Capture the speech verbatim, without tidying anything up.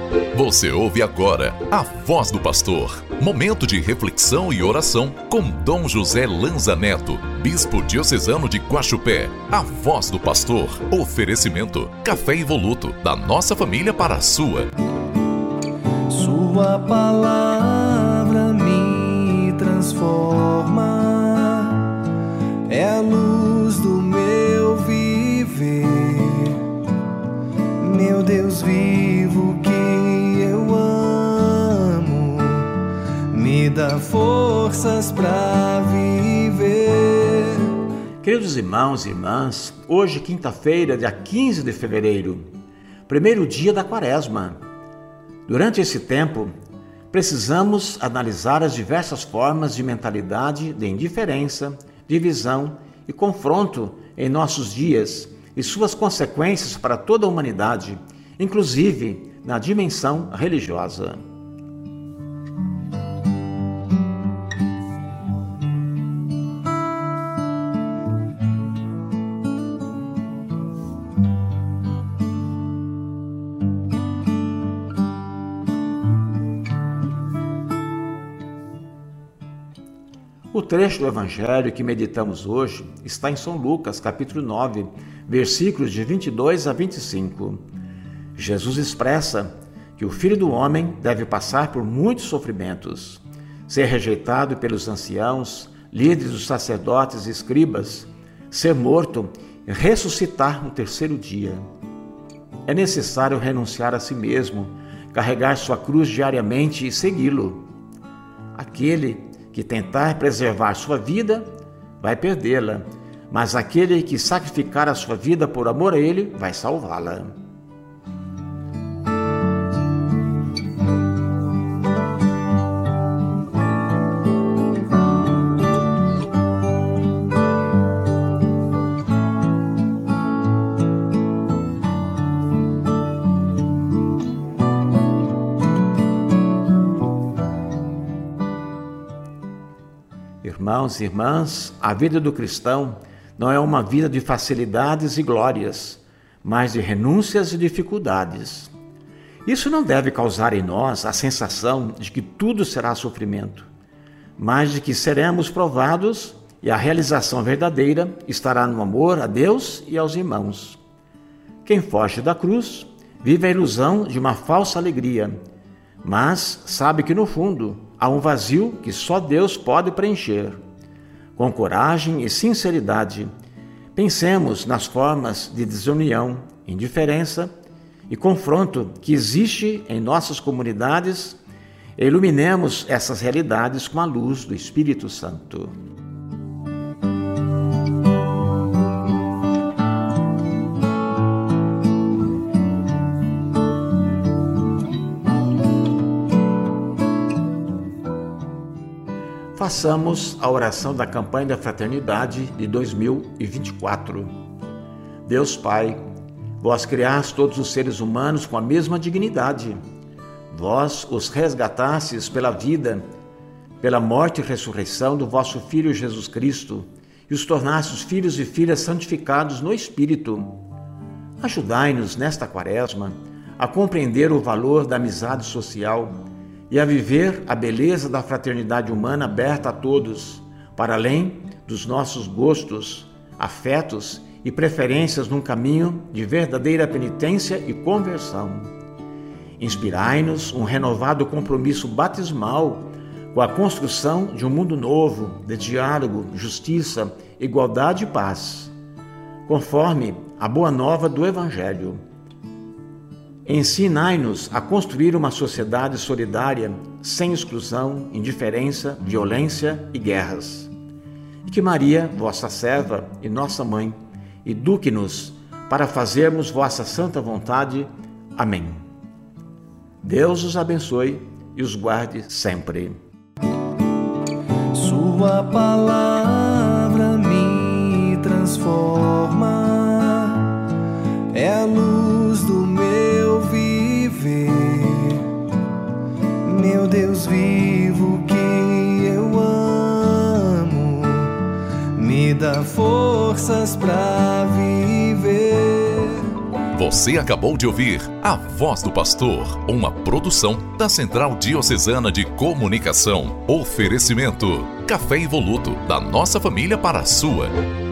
Você ouve agora a Voz do Pastor, momento de reflexão e oração com Dom José Lanza Neto, Bispo Diocesano de Guaxupé. A Voz do Pastor, oferecimento, café Evoluto, da nossa família para a sua. Sua palavra me transforma, é a luz do meu viver, meu Deus vivo que eu amo, me dá forças para viver. Queridos irmãos e irmãs, hoje quinta-feira, dia quinze de fevereiro, primeiro dia da quaresma. Durante esse tempo, precisamos analisar as diversas formas de mentalidade de indiferença, divisão e confronto em nossos dias e suas consequências para toda a humanidade, inclusive na dimensão religiosa. O trecho do Evangelho que meditamos hoje está em São Lucas, capítulo nove, versículos de vinte e dois a vinte e cinco. Jesus expressa que o Filho do Homem deve passar por muitos sofrimentos, ser rejeitado pelos anciãos, líderes dos sacerdotes e escribas, ser morto e ressuscitar no terceiro dia. É necessário renunciar a si mesmo, carregar sua cruz diariamente e segui-lo. Aquele que tentar preservar sua vida, vai perdê-la, mas aquele que sacrificar a sua vida por amor a ele, vai salvá-la. Irmãos e irmãs, a vida do cristão não é uma vida de facilidades e glórias, mas de renúncias e dificuldades. Isso não deve causar em nós a sensação de que tudo será sofrimento, mas de que seremos provados e a realização verdadeira estará no amor a Deus e aos irmãos. Quem foge da cruz vive a ilusão de uma falsa alegria, mas sabe que no fundo há um vazio que só Deus pode preencher. Com coragem e sinceridade, pensemos nas formas de desunião, indiferença e confronto que existe em nossas comunidades e iluminemos essas realidades com a luz do Espírito Santo. Façamos a oração da campanha da Fraternidade de dois mil e vinte e quatro. Deus Pai, vós criaste todos os seres humanos com a mesma dignidade. Vós os resgatastes pela vida, pela morte e ressurreição do vosso Filho Jesus Cristo e os tornastes filhos e filhas santificados no Espírito. Ajudai-nos nesta quaresma a compreender o valor da amizade social e a viver a beleza da fraternidade humana aberta a todos, para além dos nossos gostos, afetos e preferências num caminho de verdadeira penitência e conversão. Inspirai-nos um renovado compromisso batismal com a construção de um mundo novo, de diálogo, justiça, igualdade e paz, conforme a boa nova do Evangelho. Ensinai-nos a construir uma sociedade solidária, sem exclusão, indiferença, violência e guerras. E que Maria, vossa serva e nossa mãe, eduque-nos para fazermos vossa santa vontade. Amém. Deus os abençoe e os guarde sempre. Sua palavra me transforma, é a luz do meu viver, meu Deus vivo que eu amo, me dá forças pra viver. Você acabou de ouvir A Voz do Pastor, uma produção da Central Diocesana de Comunicação. Oferecimento: Café Evoluto, da nossa família para a sua.